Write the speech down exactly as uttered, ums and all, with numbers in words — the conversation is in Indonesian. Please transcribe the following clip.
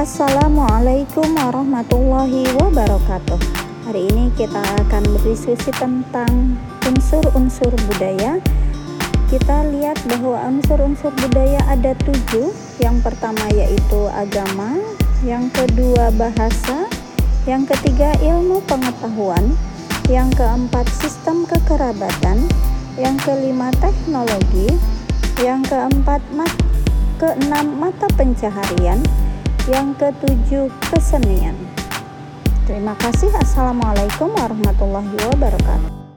Assalamualaikum warahmatullahi wabarakatuh. Hari ini kita akan berdiskusi tentang unsur-unsur budaya. Kita lihat bahwa unsur-unsur budaya ada tujuh. Yang pertama yaitu agama, yang kedua bahasa, yang ketiga ilmu pengetahuan, yang keempat sistem kekerabatan, yang kelima teknologi, yang keempat mat keenam mata pencaharian, yang ketujuh kesenian. Terima kasih. Assalamualaikum warahmatullahi wabarakatuh.